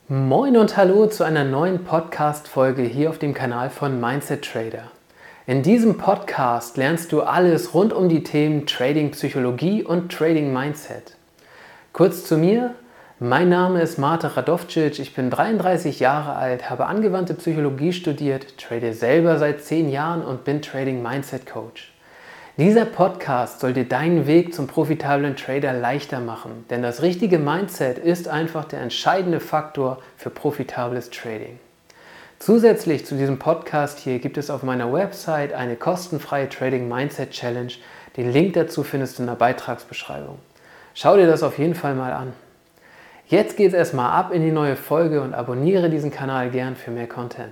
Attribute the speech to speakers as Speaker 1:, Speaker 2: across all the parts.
Speaker 1: Moin und hallo zu einer neuen Podcast-Folge hier auf dem Kanal von Mindset Trader. In diesem Podcast lernst du alles rund um die Themen Trading Psychologie und Trading Mindset. Kurz zu mir: Mein Name ist Mate Radovcic, ich bin 33 Jahre alt, habe angewandte Psychologie studiert, trade selber seit 10 Jahren und bin Trading Mindset Coach. Dieser Podcast soll dir deinen Weg zum profitablen Trader leichter machen, denn das richtige Mindset ist einfach der entscheidende Faktor für profitables Trading. Zusätzlich zu diesem Podcast hier gibt es auf meiner Website eine kostenfreie Trading Mindset Challenge. Den Link dazu findest du in der Beitragsbeschreibung. Schau dir das auf jeden Fall mal an. Jetzt geht es erstmal ab in die neue Folge und abonniere diesen Kanal gern für mehr Content.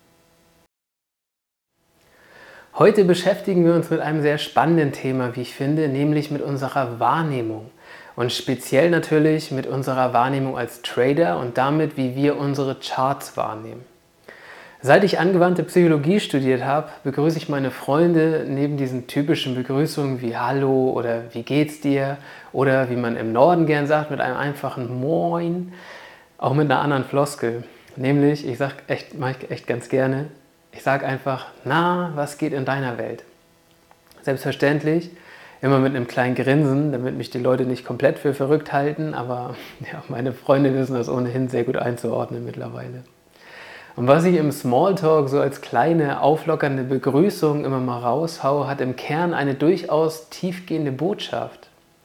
Speaker 1: Heute beschäftigen wir uns mit einem sehr spannenden Thema, wie ich finde, nämlich mit unserer Wahrnehmung. Und speziell natürlich mit unserer Wahrnehmung als Trader und damit, wie wir unsere Charts wahrnehmen. Seit ich angewandte Psychologie studiert habe, begrüße ich meine Freunde neben diesen typischen Begrüßungen wie Hallo oder Wie geht's dir oder wie man im Norden gern sagt, mit einem einfachen Moin, auch mit einer anderen Floskel. Nämlich, mache ich echt ganz gerne, ich sage einfach: Na, was geht in deiner Welt? Selbstverständlich, immer mit einem kleinen Grinsen, damit mich die Leute nicht komplett für verrückt halten, aber ja, meine Freunde wissen das ohnehin sehr gut einzuordnen mittlerweile. Und was ich im Smalltalk so als kleine, auflockernde Begrüßung immer mal raushaue, hat im Kern eine durchaus tiefgehende Botschaft.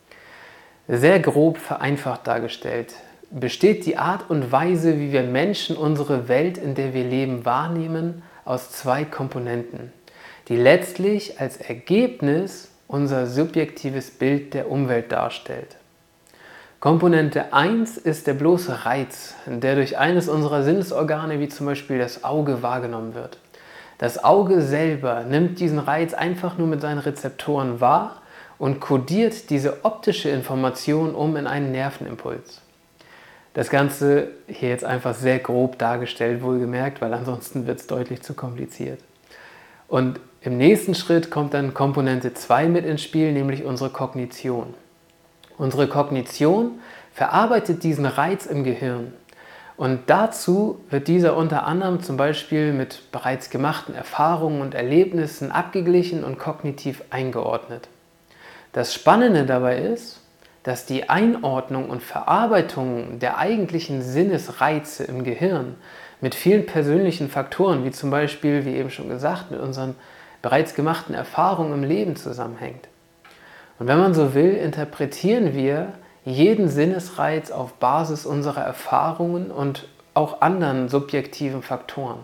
Speaker 1: Sehr grob vereinfacht dargestellt besteht die Art und Weise, wie wir Menschen unsere Welt, in der wir leben, wahrnehmen, aus 2 Komponenten, die letztlich als Ergebnis unser subjektives Bild der Umwelt darstellt. Komponente 1 ist der bloße Reiz, der durch eines unserer Sinnesorgane, wie zum Beispiel das Auge, wahrgenommen wird. Das Auge selber nimmt diesen Reiz einfach nur mit seinen Rezeptoren wahr und kodiert diese optische Information um in einen Nervenimpuls. Das Ganze hier jetzt einfach sehr grob dargestellt, wohlgemerkt, weil ansonsten wird es deutlich zu kompliziert. Und im nächsten Schritt kommt dann Komponente 2 mit ins Spiel, nämlich unsere Kognition. Unsere Kognition verarbeitet diesen Reiz im Gehirn. Und dazu wird dieser unter anderem zum Beispiel mit bereits gemachten Erfahrungen und Erlebnissen abgeglichen und kognitiv eingeordnet. Das Spannende dabei ist, dass die Einordnung und Verarbeitung der eigentlichen Sinnesreize im Gehirn mit vielen persönlichen Faktoren, wie zum Beispiel, wie eben schon gesagt, mit unseren bereits gemachten Erfahrungen im Leben zusammenhängt. Und wenn man so will, interpretieren wir jeden Sinnesreiz auf Basis unserer Erfahrungen und auch anderen subjektiven Faktoren.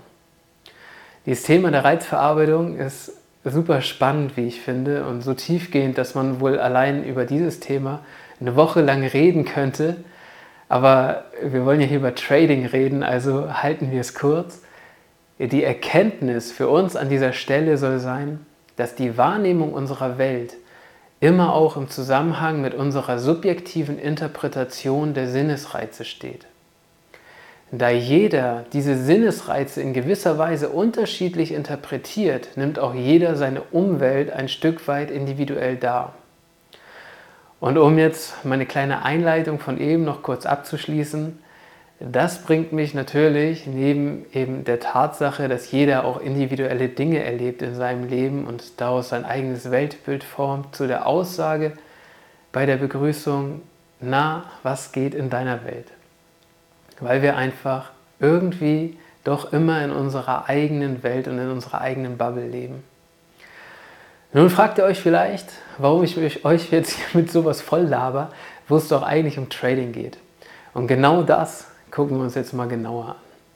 Speaker 1: Dieses Thema der Reizverarbeitung ist super spannend, wie ich finde, und so tiefgehend, dass man wohl allein über dieses Thema eine Woche lang reden könnte. Aber wir wollen ja hier über Trading reden, also halten wir es kurz. Die Erkenntnis für uns an dieser Stelle soll sein, dass die Wahrnehmung unserer Welt immer auch im Zusammenhang mit unserer subjektiven Interpretation der Sinnesreize steht. Da jeder diese Sinnesreize in gewisser Weise unterschiedlich interpretiert, nimmt auch jeder seine Umwelt ein Stück weit individuell wahr. Und um jetzt meine kleine Einleitung von eben noch kurz abzuschließen, das bringt mich natürlich neben eben der Tatsache, dass jeder auch individuelle Dinge erlebt in seinem Leben und daraus sein eigenes Weltbild formt, zu der Aussage bei der Begrüßung: Na, was geht in deiner Welt? Weil wir einfach irgendwie doch immer in unserer eigenen Welt und in unserer eigenen Bubble leben. Nun fragt ihr euch vielleicht, warum ich euch jetzt hier mit sowas voll laber, wo es doch eigentlich um Trading geht. Und genau das gucken wir uns jetzt mal genauer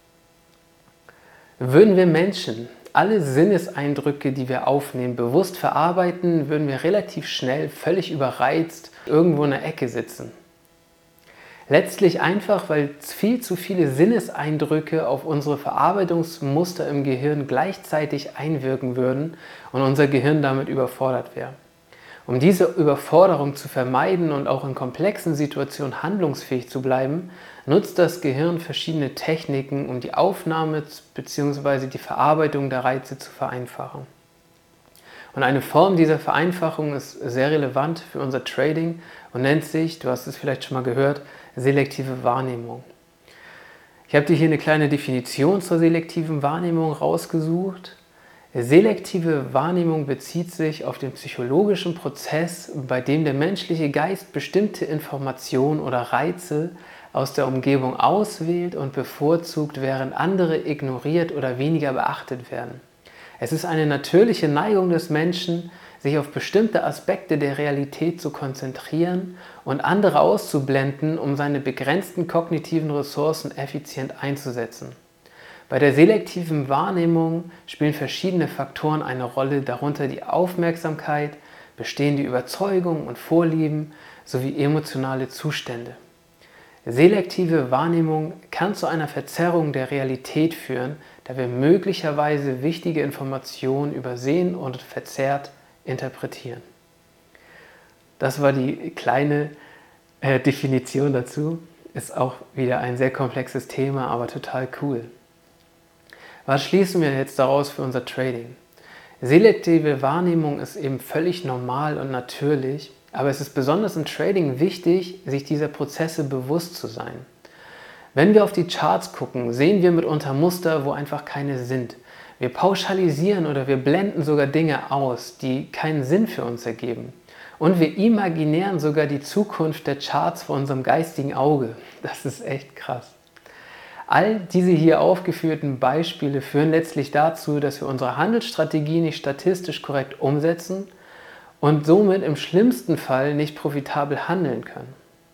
Speaker 1: an. Würden wir Menschen alle Sinneseindrücke, die wir aufnehmen, bewusst verarbeiten, würden wir relativ schnell völlig überreizt irgendwo in der Ecke sitzen. Letztlich einfach, weil viel zu viele Sinneseindrücke auf unsere Verarbeitungsmuster im Gehirn gleichzeitig einwirken würden und unser Gehirn damit überfordert wäre. Um diese Überforderung zu vermeiden und auch in komplexen Situationen handlungsfähig zu bleiben, nutzt das Gehirn verschiedene Techniken, um die Aufnahme bzw. die Verarbeitung der Reize zu vereinfachen. Und eine Form dieser Vereinfachung ist sehr relevant für unser Trading und nennt sich, du hast es vielleicht schon mal gehört, selektive Wahrnehmung. Ich Ich habe dir hier eine kleine Definition zur selektiven Wahrnehmung rausgesucht. Selektive Wahrnehmung bezieht sich auf den psychologischen Prozess, bei dem der menschliche Geist bestimmte Informationen oder Reize aus der Umgebung auswählt und bevorzugt, während andere ignoriert oder weniger beachtet werden. Es ist eine natürliche Neigung des Menschen, sich auf bestimmte Aspekte der Realität zu konzentrieren und andere auszublenden, um seine begrenzten kognitiven Ressourcen effizient einzusetzen. Bei der selektiven Wahrnehmung spielen verschiedene Faktoren eine Rolle, darunter die Aufmerksamkeit, bestehende Überzeugungen und Vorlieben sowie emotionale Zustände. Selektive Wahrnehmung kann zu einer Verzerrung der Realität führen, da wir möglicherweise wichtige Informationen übersehen und verzerrt interpretieren. Das war die kleine Definition dazu. Ist auch wieder ein sehr komplexes Thema, aber total cool. Was schließen wir jetzt daraus für unser Trading? Selektive Wahrnehmung ist eben völlig normal und natürlich, aber es ist besonders im Trading wichtig, sich dieser Prozesse bewusst zu sein. Wenn wir auf die Charts gucken, sehen wir mitunter Muster, wo einfach keine sind. Wir pauschalisieren oder wir blenden sogar Dinge aus, die keinen Sinn für uns ergeben. Und wir imaginieren sogar die Zukunft der Charts vor unserem geistigen Auge. Das ist echt krass. All diese hier aufgeführten Beispiele führen letztlich dazu, dass wir unsere Handelsstrategie nicht statistisch korrekt umsetzen und somit im schlimmsten Fall nicht profitabel handeln können.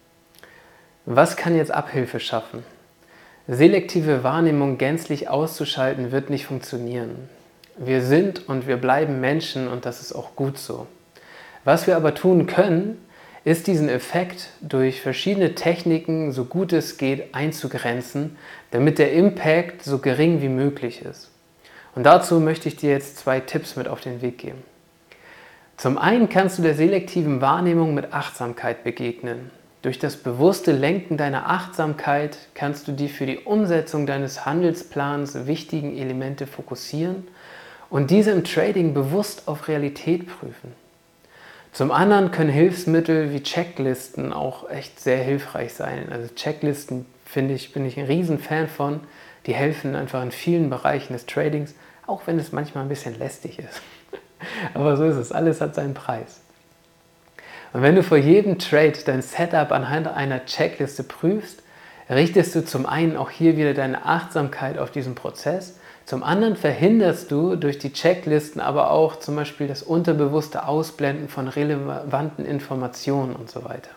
Speaker 1: Was kann jetzt Abhilfe schaffen? Selektive Wahrnehmung gänzlich auszuschalten wird nicht funktionieren. Wir sind und wir bleiben Menschen und das ist auch gut so. Was wir aber tun können, ist diesen Effekt durch verschiedene Techniken, so gut es geht, einzugrenzen, damit der Impact so gering wie möglich ist. Und dazu möchte ich dir jetzt 2 Tipps mit auf den Weg geben. Zum einen kannst du der selektiven Wahrnehmung mit Achtsamkeit begegnen. Durch das bewusste Lenken deiner Achtsamkeit kannst du die für die Umsetzung deines Handelsplans wichtigen Elemente fokussieren und diese im Trading bewusst auf Realität prüfen. Zum anderen können Hilfsmittel wie Checklisten auch echt sehr hilfreich sein. Also Checklisten bin ich ein Riesenfan von. Die helfen einfach in vielen Bereichen des Tradings, auch wenn es manchmal ein bisschen lästig ist. Aber so ist es, alles hat seinen Preis. Und wenn du vor jedem Trade dein Setup anhand einer Checkliste prüfst, richtest du zum einen auch hier wieder deine Achtsamkeit auf diesen Prozess, zum anderen verhinderst du durch die Checklisten aber auch zum Beispiel das unterbewusste Ausblenden von relevanten Informationen und so weiter.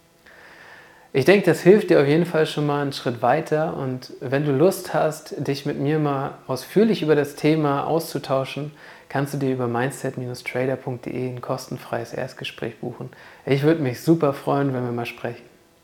Speaker 1: Ich denke, das hilft dir auf jeden Fall schon mal einen Schritt weiter und wenn du Lust hast, dich mit mir mal ausführlich über das Thema auszutauschen, kannst du dir über mindset-trader.de ein kostenfreies Erstgespräch buchen. Ich würde mich super freuen, wenn wir mal sprechen.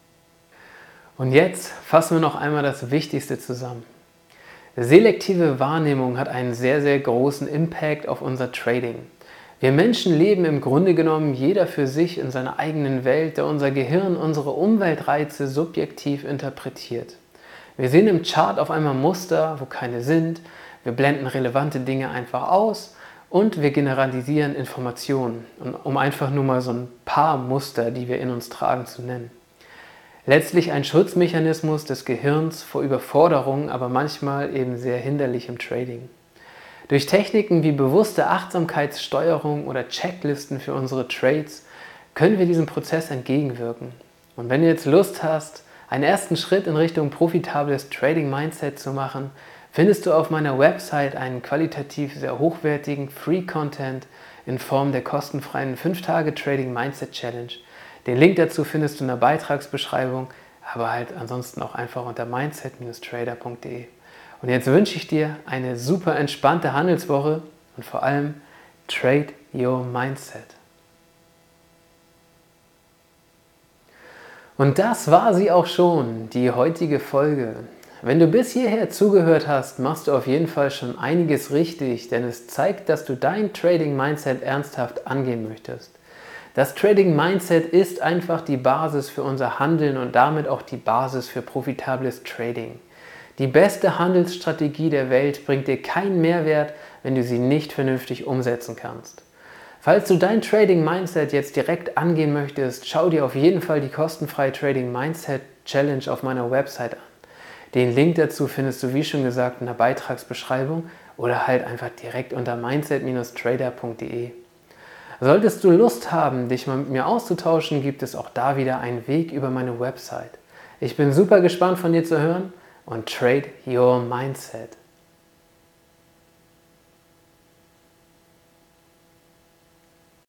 Speaker 1: Und jetzt fassen wir noch einmal das Wichtigste zusammen. Selektive Wahrnehmung hat einen sehr, sehr großen Impact auf unser Trading. Wir Menschen leben im Grunde genommen jeder für sich in seiner eigenen Welt, da unser Gehirn unsere Umweltreize subjektiv interpretiert. Wir sehen im Chart auf einmal Muster, wo keine sind, wir blenden relevante Dinge einfach aus und wir generalisieren Informationen, um einfach nur mal so ein paar Muster, die wir in uns tragen, zu nennen. Letztlich ein Schutzmechanismus des Gehirns vor Überforderung, aber manchmal eben sehr hinderlich im Trading. Durch Techniken wie bewusste Achtsamkeitssteuerung oder Checklisten für unsere Trades können wir diesem Prozess entgegenwirken. Und wenn du jetzt Lust hast, einen ersten Schritt in Richtung profitables Trading-Mindset zu machen, findest du auf meiner Website einen qualitativ sehr hochwertigen Free-Content in Form der kostenfreien 5-Tage-Trading-Mindset-Challenge. Den Link dazu findest du in der Beitragsbeschreibung, aber halt ansonsten auch einfach unter mindset-trader.de. Und jetzt wünsche ich dir eine super entspannte Handelswoche und vor allem Trade Your Mindset. Und das war sie auch schon, die heutige Folge. Wenn du bis hierher zugehört hast, machst du auf jeden Fall schon einiges richtig, denn es zeigt, dass du dein Trading Mindset ernsthaft angehen möchtest. Das Trading Mindset ist einfach die Basis für unser Handeln und damit auch die Basis für profitables Trading. Die beste Handelsstrategie der Welt bringt dir keinen Mehrwert, wenn du sie nicht vernünftig umsetzen kannst. Falls du dein Trading Mindset jetzt direkt angehen möchtest, schau dir auf jeden Fall die kostenfreie Trading Mindset Challenge auf meiner Website an. Den Link dazu findest du, wie schon gesagt, in der Beitragsbeschreibung oder halt einfach direkt unter mindset-trader.de. Solltest du Lust haben, dich mal mit mir auszutauschen, gibt es auch da wieder einen Weg über meine Website. Ich bin super gespannt von dir zu hören und trade your mindset.